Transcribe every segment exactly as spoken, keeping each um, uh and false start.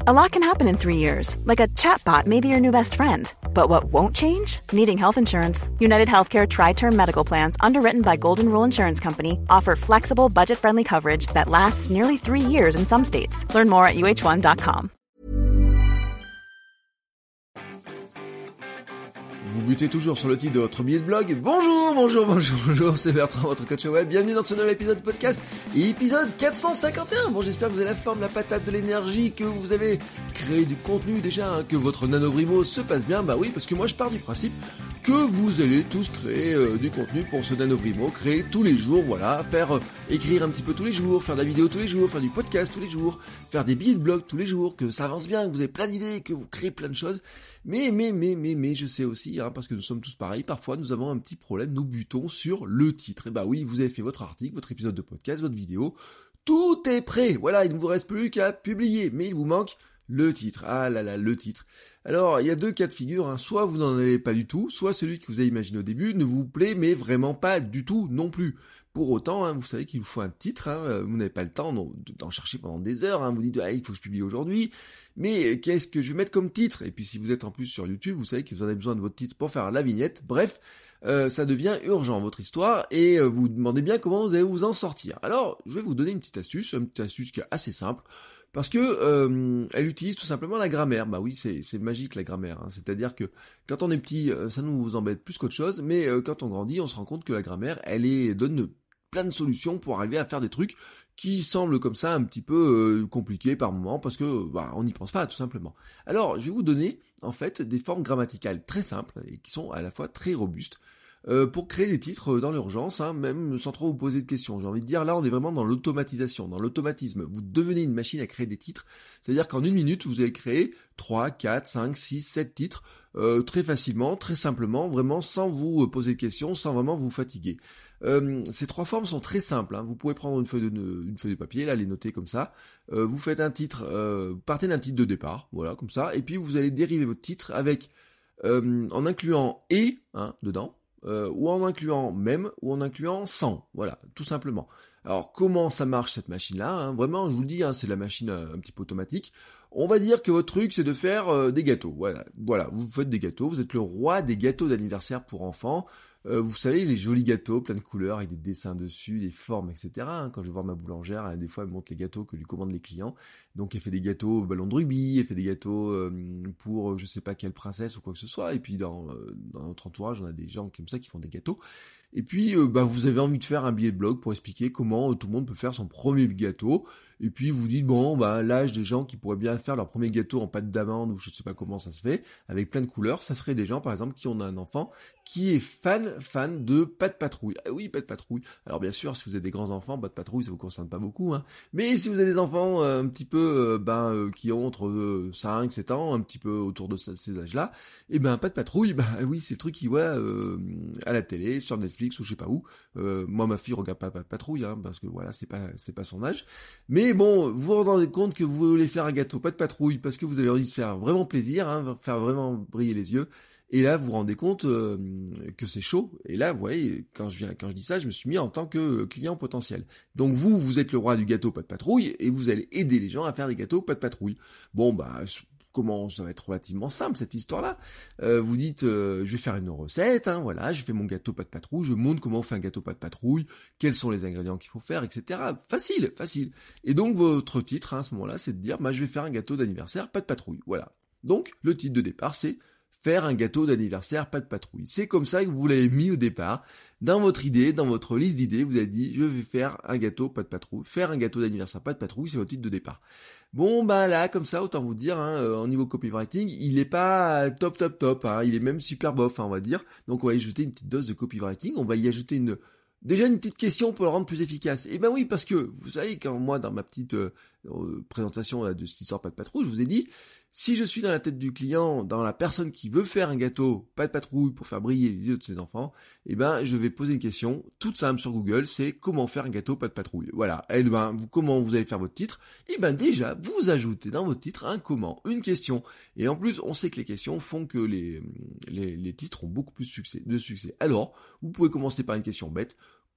A lot can happen in three years, like a chatbot may be your new best friend. But what won't change? Needing health insurance. United Healthcare Tri-Term Medical Plans, underwritten by Golden Rule Insurance Company, offer flexible, budget-friendly coverage that lasts nearly three years in some states. Learn more at U H one dot com. Vous butez toujours sur le titre de votre billet de blog. Bonjour, bonjour, bonjour, bonjour, c'est Bertrand, votre coach web. Bienvenue dans ce nouvel épisode de podcast, épisode quatre cent cinquante et un. Bon, j'espère que vous avez la forme, la patate, de l'énergie, que vous avez créé du contenu déjà, hein, que votre NaNoWriMo se passe bien. Bah oui, parce que moi je pars du principe que vous allez tous créer euh, du contenu pour ce NaNoWriMo, créer tous les jours, voilà, faire euh, écrire un petit peu tous les jours, faire de la vidéo tous les jours, faire du podcast tous les jours, faire des billets de blog tous les jours, que ça avance bien, que vous avez plein d'idées, que vous créez plein de choses. Mais, mais, mais, mais, mais, je sais aussi, hein, parce que nous sommes tous pareils, parfois nous avons un petit problème, nous butons sur le titre. Et bah oui, vous avez fait votre article, votre épisode de podcast, votre vidéo, tout est prêt, voilà, il ne vous reste plus qu'à publier, mais il vous manque le titre. Ah là là, le titre. Alors, il y a deux cas de figure, hein. Soit vous n'en avez pas du tout, soit celui que vous avez imaginé au début ne vous plaît, mais vraiment pas du tout non plus. Pour autant, hein, vous savez qu'il vous faut un titre, hein, vous n'avez pas le temps d'en chercher pendant des heures, hein, vous dites ah, il faut que je publie aujourd'hui, mais qu'est-ce que je vais mettre comme titre? Et puis si vous êtes en plus sur YouTube, vous savez que vous en avez besoin de votre titre pour faire la vignette, bref, euh, ça devient urgent votre histoire, et euh, vous vous demandez bien comment vous allez vous en sortir. Alors, je vais vous donner une petite astuce, une petite astuce qui est assez simple, parce que euh, elle utilise tout simplement la grammaire. Bah oui, c'est, c'est magique la grammaire, hein. C'est-à-dire que quand on est petit, ça nous embête plus qu'autre chose, mais euh, quand on grandit, on se rend compte que la grammaire, elle est donne plein de solutions pour arriver à faire des trucs qui semblent comme ça un petit peu euh, compliqués par moment, parce que bah, on n'y pense pas tout simplement. Alors, je vais vous donner en fait des formes grammaticales très simples et qui sont à la fois très robustes. Euh, pour créer des titres dans l'urgence, hein, même sans trop vous poser de questions. J'ai envie de dire, là, on est vraiment dans l'automatisation, dans l'automatisme. Vous devenez une machine à créer des titres, c'est-à-dire qu'en une minute, vous allez créer trois, quatre, cinq, six, sept titres, euh, très facilement, très simplement, vraiment sans vous poser de questions, sans vraiment vous fatiguer. Euh, ces trois formes sont très simples, hein. Vous pouvez prendre une feuille de, une feuille de papier, là, les noter comme ça. Euh, vous faites un titre, euh, partez d'un titre de départ, voilà, comme ça, et puis vous allez dériver votre titre avec, euh, en incluant « et hein, » dedans, Euh, ou en incluant même, ou en incluant sans, voilà, tout simplement. Alors, comment ça marche cette machine-là, hein? Vraiment, je vous le dis, hein, c'est la machine euh, un petit peu automatique. On va dire que votre truc, c'est de faire euh, des gâteaux, voilà, voilà, vous faites des gâteaux, vous êtes le roi des gâteaux d'anniversaire pour enfants. Euh, vous savez, les jolis gâteaux, plein de couleurs, avec des dessins dessus, des formes, et cetera. Hein. Quand je vais voir ma boulangère, hein, des fois, elle montre les gâteaux que lui commandent les clients. Donc, elle fait des gâteaux au ballon de rugby, elle fait des gâteaux euh, pour je sais pas quelle princesse ou quoi que ce soit. Et puis, dans, euh, dans notre entourage, on a des gens comme ça qui font des gâteaux. Et puis, euh, bah, vous avez envie de faire un billet de blog pour expliquer comment euh, tout le monde peut faire son premier gâteau. Et puis, vous dites, bon, bah, l'âge des gens qui pourraient bien faire leur premier gâteau en pâte d'amande, ou je sais pas comment ça se fait, avec plein de couleurs, ça serait des gens, par exemple, qui ont un enfant qui est fan, fan de Pat' Patrouille. Ah oui, Pat' Patrouille. Alors, bien sûr, si vous êtes des grands enfants, Pat' Patrouille, ça vous concerne pas beaucoup, hein. Mais si vous avez des enfants euh, un petit peu, euh, ben, euh, qui ont entre euh, cinq, sept ans, un petit peu autour de ces âges-là, et ben, Pat' Patrouille, bah oui, c'est le truc qu'ils voient euh, à la télé, sur Netflix, ou je sais pas où. Euh, moi, ma fille regarde pas Pat' Patrouille, hein, parce que voilà, c'est pas, c'est pas son âge. Mais bon, vous vous rendez compte que vous voulez faire un gâteau Pat' Patrouille parce que vous avez envie de faire vraiment plaisir, hein, faire vraiment briller les yeux. Et là, vous vous rendez compte euh, que c'est chaud. Et là, vous voyez, quand je viens, quand je dis ça, je me suis mis en tant que client potentiel. Donc vous, vous êtes le roi du gâteau Pat' Patrouille et vous allez aider les gens à faire des gâteaux Pat' Patrouille. Bon, bah, comment ça va être relativement simple cette histoire-là. Euh, vous dites, euh, je vais faire une recette, hein, voilà, je fais mon gâteau Pat' Patrouille, je montre comment on fait un gâteau Pat' Patrouille, quels sont les ingrédients qu'il faut faire, et cetera. Facile, facile. Et donc votre titre hein, à ce moment-là, c'est de dire, bah, je vais faire un gâteau d'anniversaire Pat' Patrouille, voilà. Donc le titre de départ, c'est faire un gâteau d'anniversaire Pat' Patrouille. C'est comme ça que vous l'avez mis au départ. Dans votre idée, dans votre liste d'idées, vous avez dit, je vais faire un gâteau Pat' Patrouille. Faire un gâteau d'anniversaire Pat' Patrouille, c'est votre titre de départ. Bon, bah là, comme ça, autant vous dire, hein, euh, au niveau copywriting, il est pas top, top, top. Hein, il est même super bof, hein, on va dire. Donc on va y ajouter une petite dose de copywriting. On va y ajouter une... Déjà une petite question pour le rendre plus efficace. Eh ben oui, parce que, vous savez, quand moi, dans ma petite euh, euh, présentation là, de cette histoire Pat' Patrouille, je vous ai dit, si je suis dans la tête du client, dans la personne qui veut faire un gâteau Pat' Patrouille pour faire briller les yeux de ses enfants, eh ben je vais poser une question toute simple sur Google, c'est comment faire un gâteau Pat' Patrouille. Voilà. Et ben vous, comment vous allez faire votre titre? Eh ben déjà vous ajoutez dans votre titre un comment, une question. Et en plus, on sait que les questions font que les les, les titres ont beaucoup plus de succès, de succès. Alors, vous pouvez commencer par une question bête.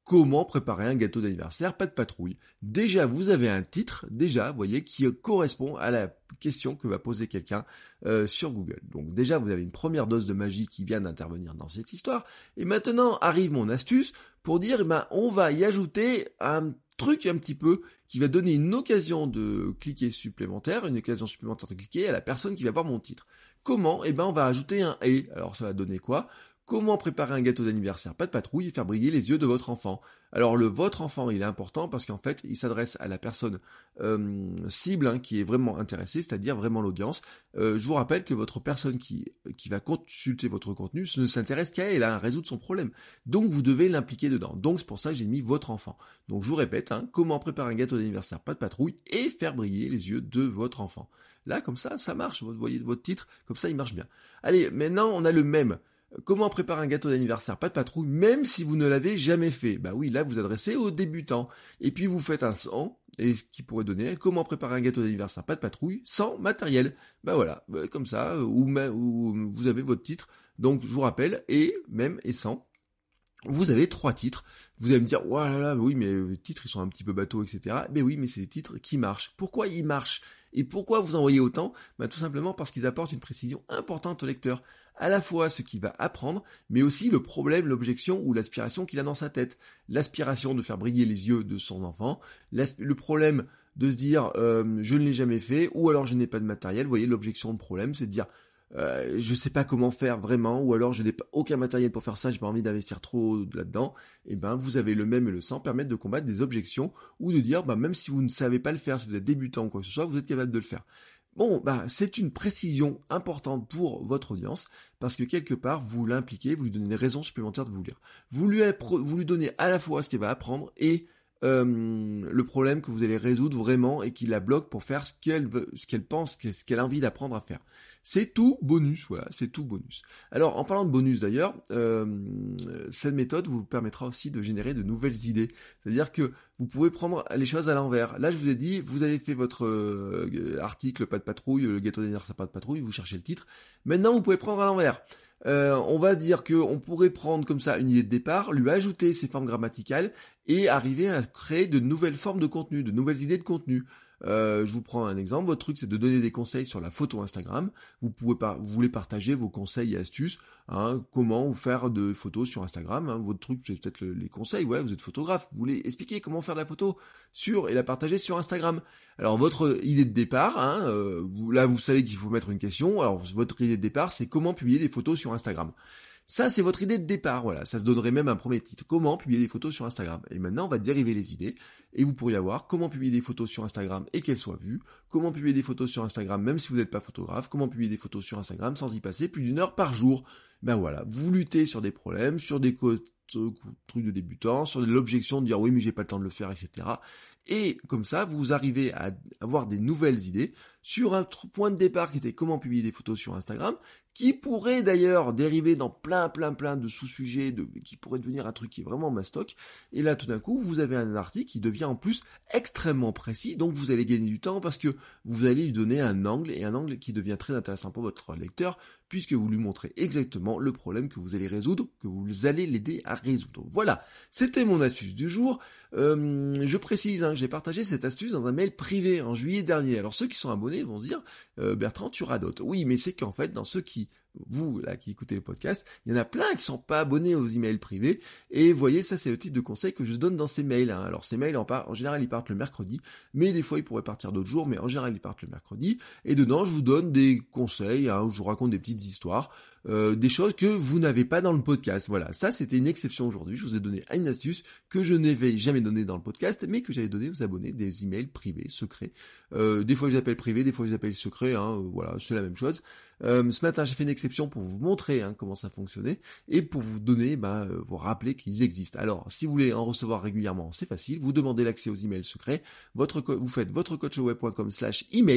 Comment préparer un gâteau d'anniversaire, pas de patrouille. Déjà, vous avez un titre, déjà, vous voyez, qui correspond à la question que va poser quelqu'un euh, sur Google. Donc déjà, vous avez une première dose de magie qui vient d'intervenir dans cette histoire. Et maintenant, arrive mon astuce pour dire, eh ben, on va y ajouter un truc un petit peu qui va donner une occasion de cliquer supplémentaire, une occasion supplémentaire de cliquer à la personne qui va voir mon titre. Comment ? Eh ben, on va ajouter un « et ». Alors, ça va donner quoi ? Comment préparer un gâteau d'anniversaire, pas de patrouille, et faire briller les yeux de votre enfant. Alors le votre enfant, il est important parce qu'en fait, il s'adresse à la personne euh, cible hein, qui est vraiment intéressée, c'est-à-dire vraiment l'audience. Euh, je vous rappelle que votre personne qui, qui va consulter votre contenu ne s'intéresse qu'à elle, à résoudre son problème. Donc vous devez l'impliquer dedans. Donc c'est pour ça que j'ai mis votre enfant. Donc je vous répète, hein, comment préparer un gâteau d'anniversaire, pas de patrouille, et faire briller les yeux de votre enfant. Là, comme ça, ça marche. Vous voyez votre titre, comme ça, il marche bien. Allez, maintenant, on a le même. Comment préparer un gâteau d'anniversaire, pas de patrouille, même si vous ne l'avez jamais fait. Bah oui, là vous vous adressez aux débutants. Et puis vous faites un sans, et ce qui pourrait donner comment préparer un gâteau d'anniversaire, pas de patrouille, sans matériel. Bah voilà, comme ça, ou, ou vous avez votre titre. Donc je vous rappelle, et même et sans. Vous avez trois titres. Vous allez me dire, oh là là, oui, mais les titres, ils sont un petit peu bateaux, et cetera. Mais oui, mais c'est des titres qui marchent. Pourquoi ils marchent ? Et pourquoi vous en voyez autant ? Bah, tout simplement parce qu'ils apportent une précision importante au lecteur. À la fois ce qu'il va apprendre, mais aussi le problème, l'objection ou l'aspiration qu'il a dans sa tête. L'aspiration de faire briller les yeux de son enfant, le problème de se dire, euh, je ne l'ai jamais fait, ou alors je n'ai pas de matériel. Vous voyez, l'objection, le problème, c'est de dire, Euh, je sais pas comment faire vraiment, ou alors je n'ai pas aucun matériel pour faire ça, j'ai pas envie d'investir trop là-dedans. Et ben vous avez le même et le sans permettre de combattre des objections ou de dire bah même si vous ne savez pas le faire, si vous êtes débutant ou quoi que ce soit, vous êtes capable de le faire. Bon, bah c'est une précision importante pour votre audience parce que quelque part vous l'impliquez, vous lui donnez des raisons supplémentaires de vous lire. Vous lui, appre- vous lui donnez à la fois ce qu'elle va apprendre et Euh, le problème que vous allez résoudre vraiment et qui la bloque pour faire ce qu'elle veut, ce qu'elle pense, ce qu'elle a envie d'apprendre à faire. C'est tout bonus, voilà, c'est tout bonus. Alors, en parlant de bonus d'ailleurs, euh, cette méthode vous permettra aussi de générer de nouvelles idées. C'est-à-dire que vous pouvez prendre les choses à l'envers. Là, je vous ai dit, vous avez fait votre euh, article pas de patrouille, le gâteau d'anniversaire pas de patrouille, vous cherchez le titre. Maintenant, vous pouvez prendre à l'envers. Euh, on va dire que on pourrait prendre comme ça une idée de départ, lui ajouter ses formes grammaticales et arriver à créer de nouvelles formes de contenu, de nouvelles idées de contenu. Euh, je vous prends un exemple, votre truc c'est de donner des conseils sur la photo Instagram, vous pouvez pas, vous voulez partager vos conseils et astuces, hein, comment faire de photos sur Instagram, hein, votre truc c'est peut-être le, les conseils, ouais, vous êtes photographe, vous voulez expliquer comment faire de la photo sur et la partager sur Instagram. Alors votre idée de départ, hein, euh, vous, là vous savez qu'il faut mettre une question, alors votre idée de départ c'est comment publier des photos sur Instagram. Ça, c'est votre idée de départ, voilà. Ça se donnerait même un premier titre. Comment publier des photos sur Instagram ? Et maintenant, on va dériver les idées. Et vous pourriez avoir comment publier des photos sur Instagram et qu'elles soient vues. Comment publier des photos sur Instagram même si vous n'êtes pas photographe. Comment publier des photos sur Instagram sans y passer plus d'une heure par jour. Ben voilà, vous luttez sur des problèmes, sur des co- trucs de débutants, sur l'objection de dire oui mais j'ai pas le temps de le faire, et cetera. Et comme ça, vous arrivez à avoir des nouvelles idées sur un point de départ qui était comment publier des photos sur Instagram, qui pourrait d'ailleurs dériver dans plein plein plein de sous-sujets, de, qui pourrait devenir un truc qui est vraiment mastoc. Et là, tout d'un coup, vous avez un article qui devient en plus extrêmement précis, donc vous allez gagner du temps parce que vous allez lui donner un angle, et un angle qui devient très intéressant pour votre lecteur, puisque vous lui montrez exactement le problème que vous allez résoudre, que vous allez l'aider à résoudre. Voilà, c'était mon astuce du jour. Euh, je précise, hein, j'ai partagé cette astuce dans un mail privé en juillet dernier. Alors ceux qui sont abonnés vont dire euh, Bertrand, tu radotes. Oui, mais c'est qu'en fait, dans ceux qui, vous là qui écoutez le podcast, il y en a plein qui sont pas abonnés aux emails privés. Et vous voyez, ça c'est le type de conseil que je donne dans ces mails. Hein. Alors ces mails, en, par... en général, ils partent le mercredi, mais des fois ils pourraient partir d'autres jours, mais en général ils partent le mercredi. Et dedans, je vous donne des conseils, hein, où je vous raconte des petites histoires. Euh, des choses que vous n'avez pas dans le podcast. Voilà, ça c'était une exception aujourd'hui. Je vous ai donné une astuce que je n'avais jamais donnée dans le podcast, mais que j'avais donné aux abonnés, des emails privés, secrets. Euh, des fois je les appelle privés, des fois je les appelle secrets. Hein, euh, voilà, c'est la même chose. Euh, ce matin j'ai fait une exception pour vous montrer hein, comment ça fonctionnait et pour vous donner, bah, euh, vous rappeler qu'ils existent. Alors, si vous voulez en recevoir régulièrement, c'est facile. Vous demandez l'accès aux emails secrets. Votre co- vous faites votre coachweb point com slash email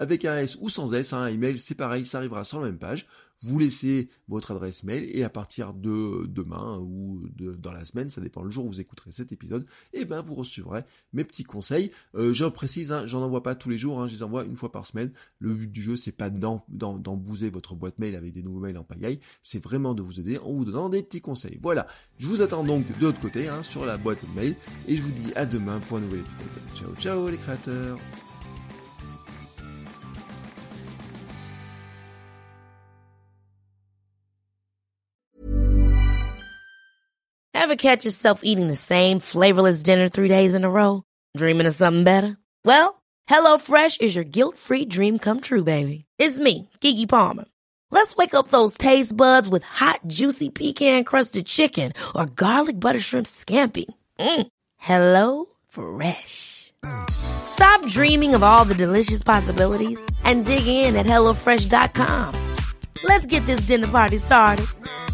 avec un S ou sans S, hein, un email, c'est pareil, ça arrivera sur la même page. Vous laissez votre adresse mail et à partir de demain ou de, dans la semaine, ça dépend le jour où vous écouterez cet épisode, et ben vous recevrez mes petits conseils. Euh, je précise, hein, j'en envoie pas tous les jours, hein, je les envoie une fois par semaine. Le but du jeu, c'est pas d'en, d'en, d'embouser votre boîte mail avec des nouveaux mails en pagaille, c'est vraiment de vous aider en vous donnant des petits conseils. Voilà, je vous attends donc de l'autre côté, hein, sur la boîte mail, et je vous dis à demain pour un nouvel épisode. Ciao, ciao les créateurs. Ever catch yourself eating the same flavorless dinner three days in a row? Dreaming of something better? Well, HelloFresh is your guilt-free dream come true, baby. It's me, Keke Palmer. Let's wake up those taste buds with hot, juicy pecan-crusted chicken or garlic butter shrimp scampi. Mm. Hello Fresh. Stop dreaming of all the delicious possibilities and dig in at hello fresh dot com. Let's get this dinner party started.